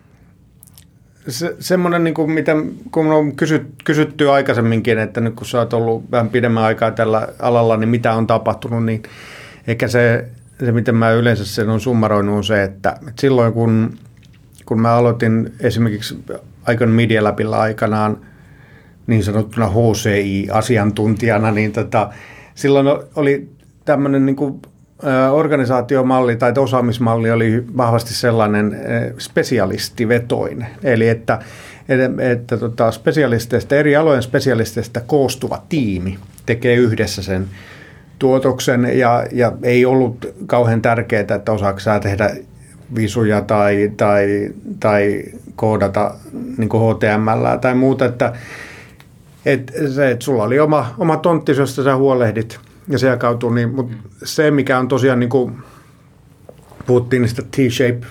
se, semmoinen, niin kuin mitä, kun on kysyt, kysytty aikaisemminkin, että nyt kun sä oot ollut vähän pidemmän aikaa tällä alalla, niin mitä on tapahtunut, niin ehkä se Se, miten mä yleensä sen on summaroinut, on se, että, että silloin kun, kun mä aloitin esimerkiksi Icon Media Labilla aikanaan niin sanottuna H C I-asiantuntijana, niin tota, silloin oli tämmöinen niin kuin, ä, organisaatiomalli tai osaamismalli oli vahvasti sellainen ä, spesialistivetoinen. Eli että, että, että tota, spesialisteista, eri alojen spesialisteista koostuva tiimi tekee yhdessä sen tuotoksen ja, ja ei ollut kauhean tärkeää, että osaako sä tehdä visuja tai, tai, tai koodata niin kuin H T M L tai muuta, että et se, että sulla oli oma, oma tontti, josta sä huolehdit ja se jakautuu, niin, mutta se mikä on tosiaan, niin kuin puhuttiin niistä T-shape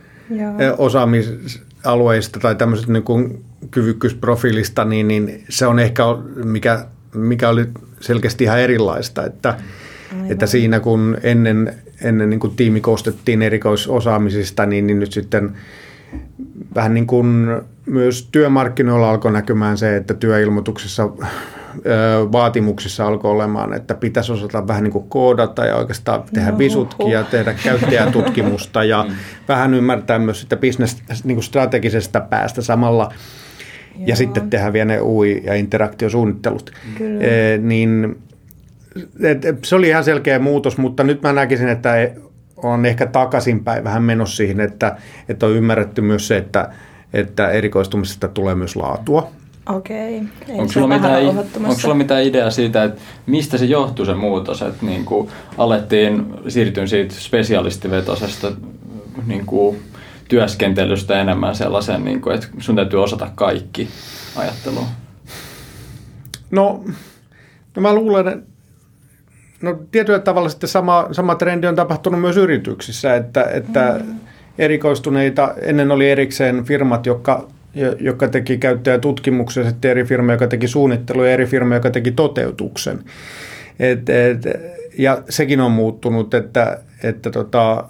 osaamisalueista tai tämmöiset niin kuin kyvykkyysprofiilista, niin, niin se on ehkä mikä mikä oli selkeästi ihan erilaista, että, että siinä kun ennen, ennen niin kuin tiimi koostettiin erikoisosaamisista, niin, niin nyt sitten vähän niin kuin myös työmarkkinoilla alkoi näkymään se, että työilmoituksessa vaatimuksissa alkoi olemaan, että pitäisi osata vähän niin kuin koodata ja oikeastaan tehdä no, visutkin ja tehdä käyttäjätutkimusta ja vähän ymmärtää myös sitä business niin kuin strategisesta päästä samalla. Joo. Ja sitten tehdään vielä ne U I- ja interaktiosuunnittelut. E, niin, et, se oli ihan selkeä muutos, mutta nyt mä näkisin, että on ehkä takaisinpäin vähän menossa siihen, että, että on ymmärretty myös se, että, että erikoistumisesta tulee myös laatua. Okei. Onko sulla, mitään, onko sulla mitään ideaa siitä, että mistä se johtuu se muutos, että niin kuin alettiin siirtyä siitä spesialistivetoisesta niin kuin työskentelystä enemmän sellaisen, niin kuin, että sun täytyy osata kaikki ajatteluun? No, no mä luulen, no tietyllä tavalla sitten sama, sama trendi on tapahtunut myös yrityksissä, että, että mm. erikoistuneita, ennen oli erikseen firmat, jotka, jotka teki käyttäjätutkimuksia, sitten eri firma, joka teki suunnittelua ja eri firma, joka teki toteutuksen. Et, et, ja sekin on muuttunut, että, että tota,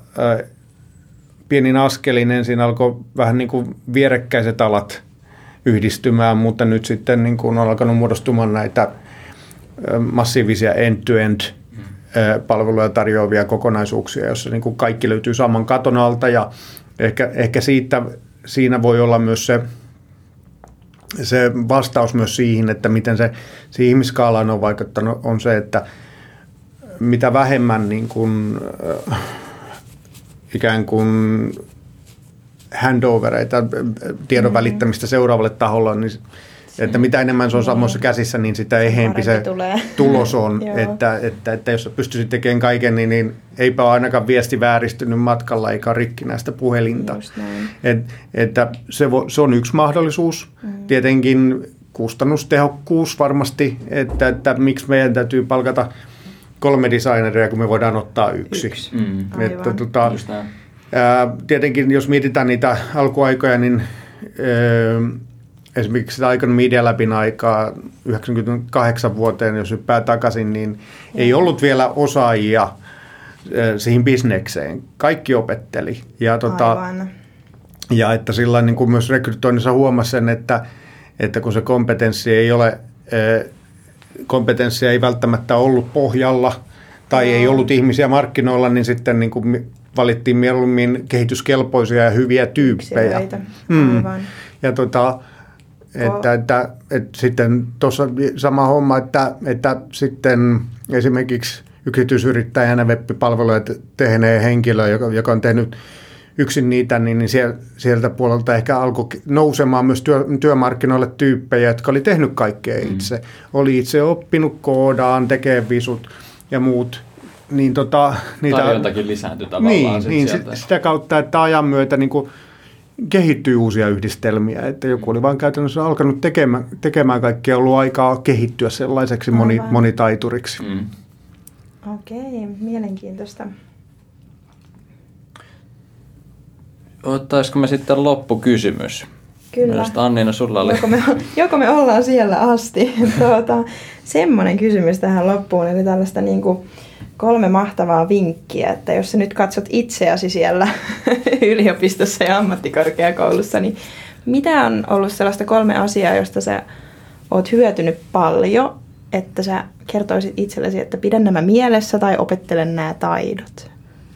pienin askelin ensin alkoi vähän niin kuin vierekkäiset alat yhdistymään, mutta nyt sitten niin kuin on alkanut muodostumaan näitä massiivisia end-to-end palveluja tarjoavia kokonaisuuksia, joissa niin kuin kaikki löytyy saman katon alta, ja ehkä, ehkä siitä, siinä voi olla myös se, se vastaus myös siihen, että miten se, se ihmiskaalaan on vaikuttanut, on se, että mitä vähemmän niin kuin, äh, ikään kuin handovereita, tiedon välittämistä seuraavalle taholle, niin että mitä enemmän se on samoissa käsissä, niin sitä eheempi se tulos on. että, että, että jos pystyisit tekemään kaiken, niin, niin eipä ole ainakaan viesti vääristynyt matkalla eikä rikkinäistä puhelinta. Et, että se, vo, se on yksi mahdollisuus. Mm. Tietenkin kustannustehokkuus varmasti, että, että miksi meidän täytyy palkata kolme designeria, kun me voidaan ottaa yksi. yksi. Mm. Että, tota, ää, tietenkin jos mietitään niitä alkuaikoja, niin ää, esimerkiksi sitä Icon Media Labin aikaa yhdeksänkymmentäkahdeksan vuoteen, jos hyppää takaisin, niin ja. ei ollut vielä osaajia siihen bisnekseen. Kaikki opetteli. Ja, tota, ja että sillä niin kuin myös rekrytoinnissa huomasi sen, että, että kun se kompetenssi ei ole, kompetenssia ei välttämättä ollut pohjalla tai no. ei ollut ihmisiä markkinoilla, niin sitten niin kuin valittiin mieluummin kehityskelpoisia ja hyviä tyyppejä. Mm. Ja tota, Että, että, että sitten tuossa sama homma, että, että sitten esimerkiksi yksityisyrittäjänä web-palveluja tehneen henkilö, joka, joka on tehnyt yksin niitä, niin, niin sieltä puolelta ehkä alkoi nousemaan myös työ, työmarkkinoille tyyppejä, jotka oli tehnyt kaikkea itse. Mm. Oli itse oppinut koodaan, tekee visut ja muut. Niin tota, niitä, tarjontakin lisääntyi tavallaan. Niin, niin sitä kautta, että ajan myötä niin kuin kehittyy uusia yhdistelmiä, että joku oli vain käytännössä alkanut tekemään, tekemään kaikkea, ollut aikaa kehittyä sellaiseksi moni, monitaituriksi. Mm. Okei, mielenkiintoista. Ottaisiko me sitten loppukysymys? Kyllä. Mielestäni Anniina, sulla oli... Joko me, joko me ollaan siellä asti. tuota, semmoinen kysymys tähän loppuun, eli tällaista niin kuin kolme mahtavaa vinkkiä, että jos sä nyt katsot itseäsi siellä yliopistossa ja ammattikorkeakoulussa, niin mitä on ollut sellaista kolme asiaa, josta sä oot hyötynyt paljon, että sä kertoisit itsellesi, että pidä nämä mielessä tai opettele nämä taidot?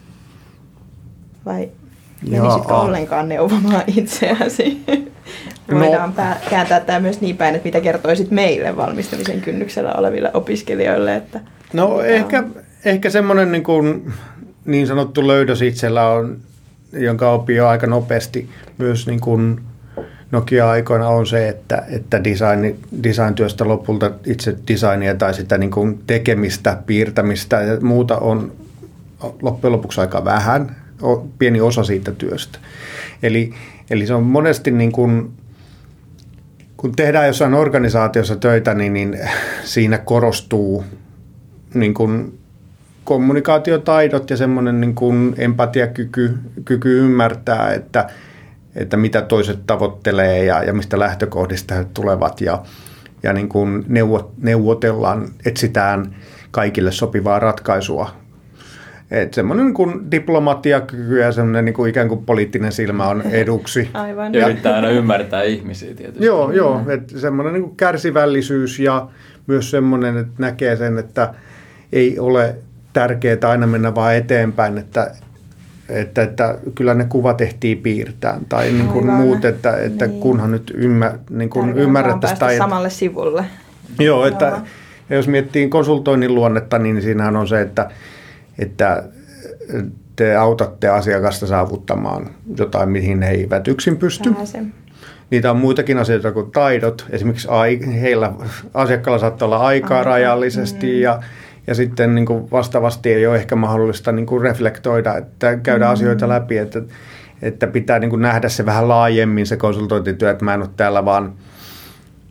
Vai menisitkö ollenkaan neuvomaan itseäsi? Voidaan no. kääntää tämä myös niin päin, että mitä kertoisit meille valmistamisen kynnyksellä oleville opiskelijoille. Että no ehkä... Ehkä semmoinen niin, kuin, niin sanottu löydös itsellä on, jonka opii jo aika nopeasti myös niin kuin Nokia-aikoina on se, että, että design, design-työstä lopulta itse designia tai sitä niin kuin tekemistä, piirtämistä ja muuta on loppujen lopuksi aika vähän, pieni osa siitä työstä. Eli, eli se on monesti niin kuin, kun tehdään jossain organisaatiossa töitä, niin, niin siinä korostuu niin kuin kommunikaatiotaidot ja semmoinen niin kuin empatiakyky kyky ymmärtää, että, että mitä toiset tavoittelee ja, ja mistä lähtökohdista he tulevat ja, ja niin kuin neuvotellaan, etsitään kaikille sopivaa ratkaisua. Että semmoinen niin kuin diplomatiakyky ja semmoinen niin kuin ikään kuin poliittinen silmä on eduksi. Aivan. Ja yrittää aina ymmärtää ihmisiä tietysti. Joo, joo, että semmoinen niin kuin kärsivällisyys ja myös semmoinen, että näkee sen, että ei ole tärkeää aina mennä vaan eteenpäin, että, että, että kyllä ne kuvat ehtii piirtää tai niin kuin muut, että, että niin. kunhan nyt ymmär, niin kuin ymmärrettäisiin. Tai samalle sivulle. Joo, että ja jos miettii konsultoinnin luonnetta, niin siinähän on se, että, että te autatte asiakasta saavuttamaan jotain, mihin he eivät yksin pysty. Pääse. Niitä on muitakin asioita kuin taidot. Esimerkiksi ai, heillä asiakkaalla saattaa olla aikaa Aika. rajallisesti mm. ja Ja sitten niin kuin vastaavasti ei ole ehkä mahdollista niin kuin reflektoida, että käydä mm. asioita läpi, että, että pitää niin kuin nähdä se vähän laajemmin se konsultointityö, että mä en ole täällä vaan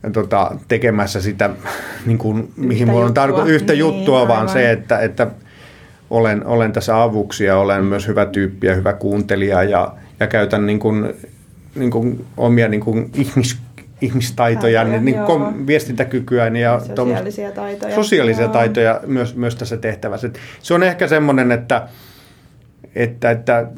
tota, tekemässä sitä, niin kuin, mihin mulla on tarkoitus, yhtä niin, juttua, aivan. vaan se, että, että olen, olen tässä avuksi ja olen myös hyvä tyyppi ja hyvä kuuntelija ja, ja käytän niin kuin, niin kuin omia niin kuin ihmis, ihmistaitoja, Taitoja, niin kuin viestintäkykyäni ja sosiaalisia taitoja, sosiaalisia joo. taitoja myös, myös tässä tehtävässä. Se on ehkä semmoinen, että, että, että,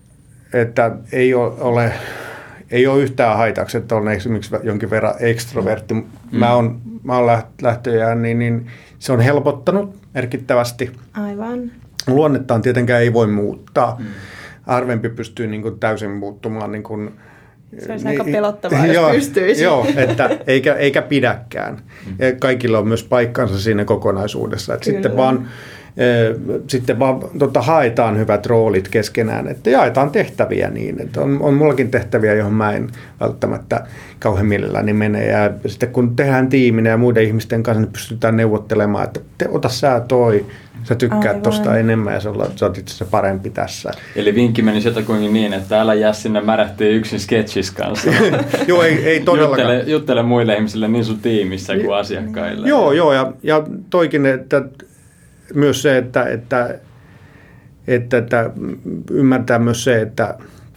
että ei ole... Ei ole yhtään haitaksi, että olen esimerkiksi jonkin verran ekstrovertti. Mm. Mä oon, mä oon lähtöjään, niin, niin se on helpottanut merkittävästi. Aivan. Luonnettaan tietenkään ei voi muuttaa. Mm. Harvempi pystyy niin kuin täysin muuttumaan. Niin kuin, se olisi aika pelottavaa, jos joo, pystyisi. Joo, että eikä, eikä pidäkään. Mm. Ja kaikilla on myös paikkansa siinä kokonaisuudessa. Että sitten vaan... Sitten vaan tota, haetaan hyvät roolit keskenään, että jaetaan tehtäviä niin, että on, on mullakin tehtäviä, johon mä en välttämättä kauhean mielelläni mene. Ja sitten kun tehdään tiiminä ja muiden ihmisten kanssa, niin pystytään neuvottelemaan, että te, ota sä toi, sä tykkäät tosta enemmän ja sä oot itse asiassa parempi tässä. Eli vinkki meni jotakuinkin niin, että älä jää sinne märähtiin yksin sketchis kanssa. Joo, ei, ei todellakaan. Juttele, juttele muille ihmisille niin sun tiimissä kuin asiakkaille. Joo, joo ja, ja toikin, että myös se, että, että, että, että ymmärtää myös se, että,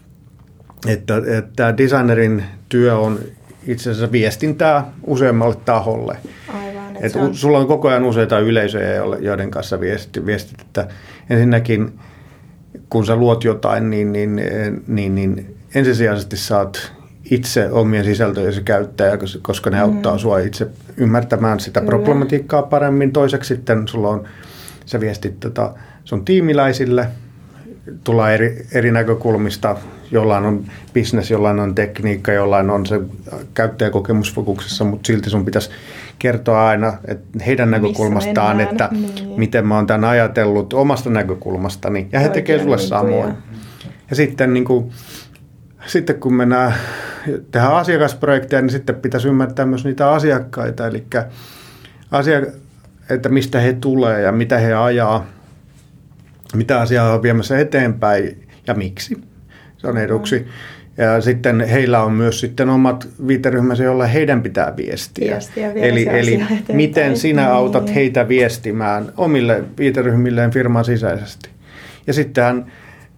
että, että designerin työ on itse asiassa viestintää useammalle taholle. Aivan, että on... Sulla on koko ajan useita yleisöjä, joiden kanssa viestit. viestit että ensinnäkin, kun sä luot jotain, niin, niin, niin, niin ensisijaisesti saat itse omien sisältöjesi käyttäjä, koska ne auttaa mm. sua itse ymmärtämään sitä Kyllä. problematiikkaa paremmin. Toiseksi sitten sulla on sä viestit tota sun tiimiläisille, tullaan eri, eri näkökulmista, jollain on business, jollain on tekniikka, jollain on se käyttäjäkokemusfokuksessa, mutta silti sun pitäisi kertoa aina että heidän näkökulmastaan, että niin. miten mä oon tämän ajatellut omasta näkökulmastani, ja he tekee sulle samoin. Ja sitten, niin kuin, sitten kun mennään tehdään asiakasprojekteja, niin sitten pitäisi ymmärtää myös niitä asiakkaita, eli asiakkaita, että mistä he tulee ja mitä he ajaa, mitä asiaa on viemässä eteenpäin ja miksi. Se on eduksi. Ja sitten heillä on myös sitten omat viiteryhmänsä, joilla heidän pitää viestiä. Viestiä eli eli miten sinä autat niin. heitä viestimään omille viiteryhmilleen firman sisäisesti. Ja sittenhän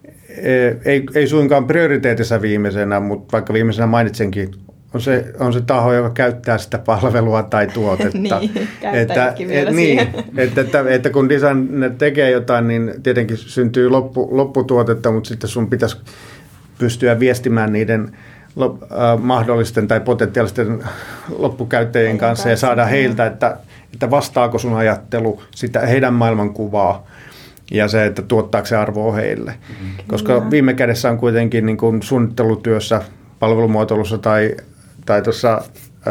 ei, ei suinkaan prioriteetissa viimeisenä, mutta vaikka viimeisenä mainitsenkin, on se, on se taho, joka käyttää sitä palvelua tai tuotetta. niin, että, et, niin, että, että, että kun designer tekee jotain, niin tietenkin syntyy loppu, lopputuotetta, mutta sitten sun pitäisi pystyä viestimään niiden lop, äh, mahdollisten tai potentiaalisten loppukäyttäjien Heidän kanssa ja saada heiltä, että, että vastaako sun ajattelu sitä heidän maailmankuvaa ja se, että tuottaako se arvoa heille. Mm-hmm. Koska viime kädessä on kuitenkin niin kuin suunnittelutyössä, palvelumuotoilussa tai tai tuossa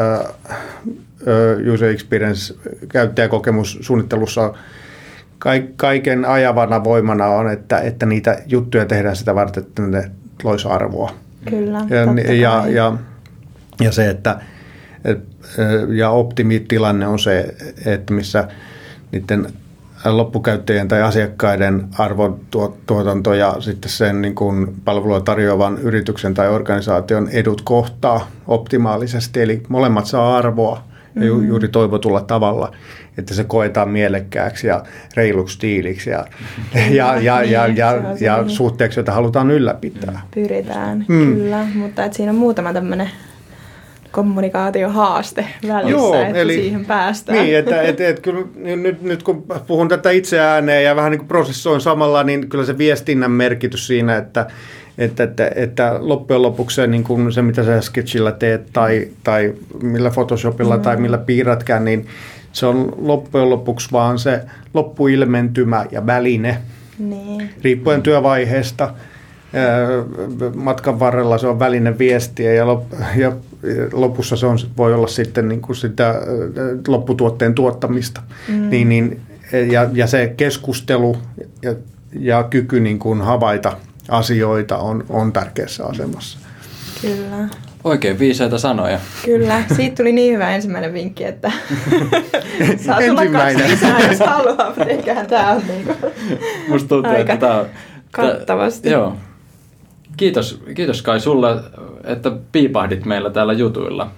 uh, user experience käyttäjäkokemussuunnittelussa kaiken ajavana voimana on, että, että niitä juttuja tehdään sitä varten, että ne loisi arvoa. Kyllä, ja, ja, ja, ja se, että et, ja optimitilanne on se, että missä niiden loppukäyttäjien tai asiakkaiden arvotuotanto ja sitten sen niin kuin palvelua tarjoavan yrityksen tai organisaation edut kohtaa optimaalisesti. Eli molemmat saa arvoa mm-hmm. ja ju- juuri toivotulla tavalla, että se koetaan mielekkääksi ja reiluksi tiiliksi ja, mm-hmm. ja, ja, ja, ja, ja, ja suhteeksi, jota halutaan ylläpitää. Pyritään, mm. kyllä. Mutta et siinä on muutama tämmöinen kommunikaatiohaaste välissä, Joo, että eli, siihen päästään. Niin, että et, et, kyllä nyt, nyt kun puhun tätä itse ääneen ja vähän niin kuin prosessoin samalla, niin kyllä se viestinnän merkitys siinä, että, että, että, että loppujen lopuksi se, niin kuin se mitä sä Sketchillä teet tai, tai millä Photoshopilla mm. tai millä piirrätkään, niin se on loppujen lopuksi vaan se loppuilmentymä ja väline, niin. riippuen työvaiheesta. Matkan varrella se on väline viestiä ja, lop, ja lopussa se on, voi olla sitten niin kuin sitä lopputuotteen tuottamista. Mm. Niin, niin, ja, ja se keskustelu ja, ja kyky niin kuin havaita asioita on, on tärkeässä asemassa. Kyllä. Oikein viisaita sanoja. Kyllä, siitä tuli niin hyvä ensimmäinen vinkki, että saa tulla kaksi lisää, jos haluaa, mutta eiköhän tämä ole niin kuin musta tuntuu, aika että tämä on kattavasti. Tää, joo. Kiitos, kiitos Kai sulle, että piipahdit meillä täällä jutuilla.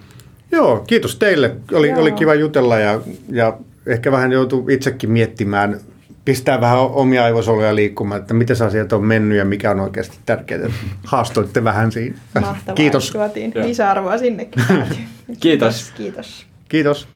Joo, kiitos teille. Oli, oli kiva jutella ja, ja ehkä vähän joutuu itsekin miettimään, pistää vähän omia aivosoluja liikkumaan, että miten asiat on mennyt ja mikä on oikeasti tärkeää. Haastoitte vähän siinä. Mahtavaa, Kiitos. Tuotiin lisäarvoa sinnekin. Kiitos. Kiitos. Kiitos.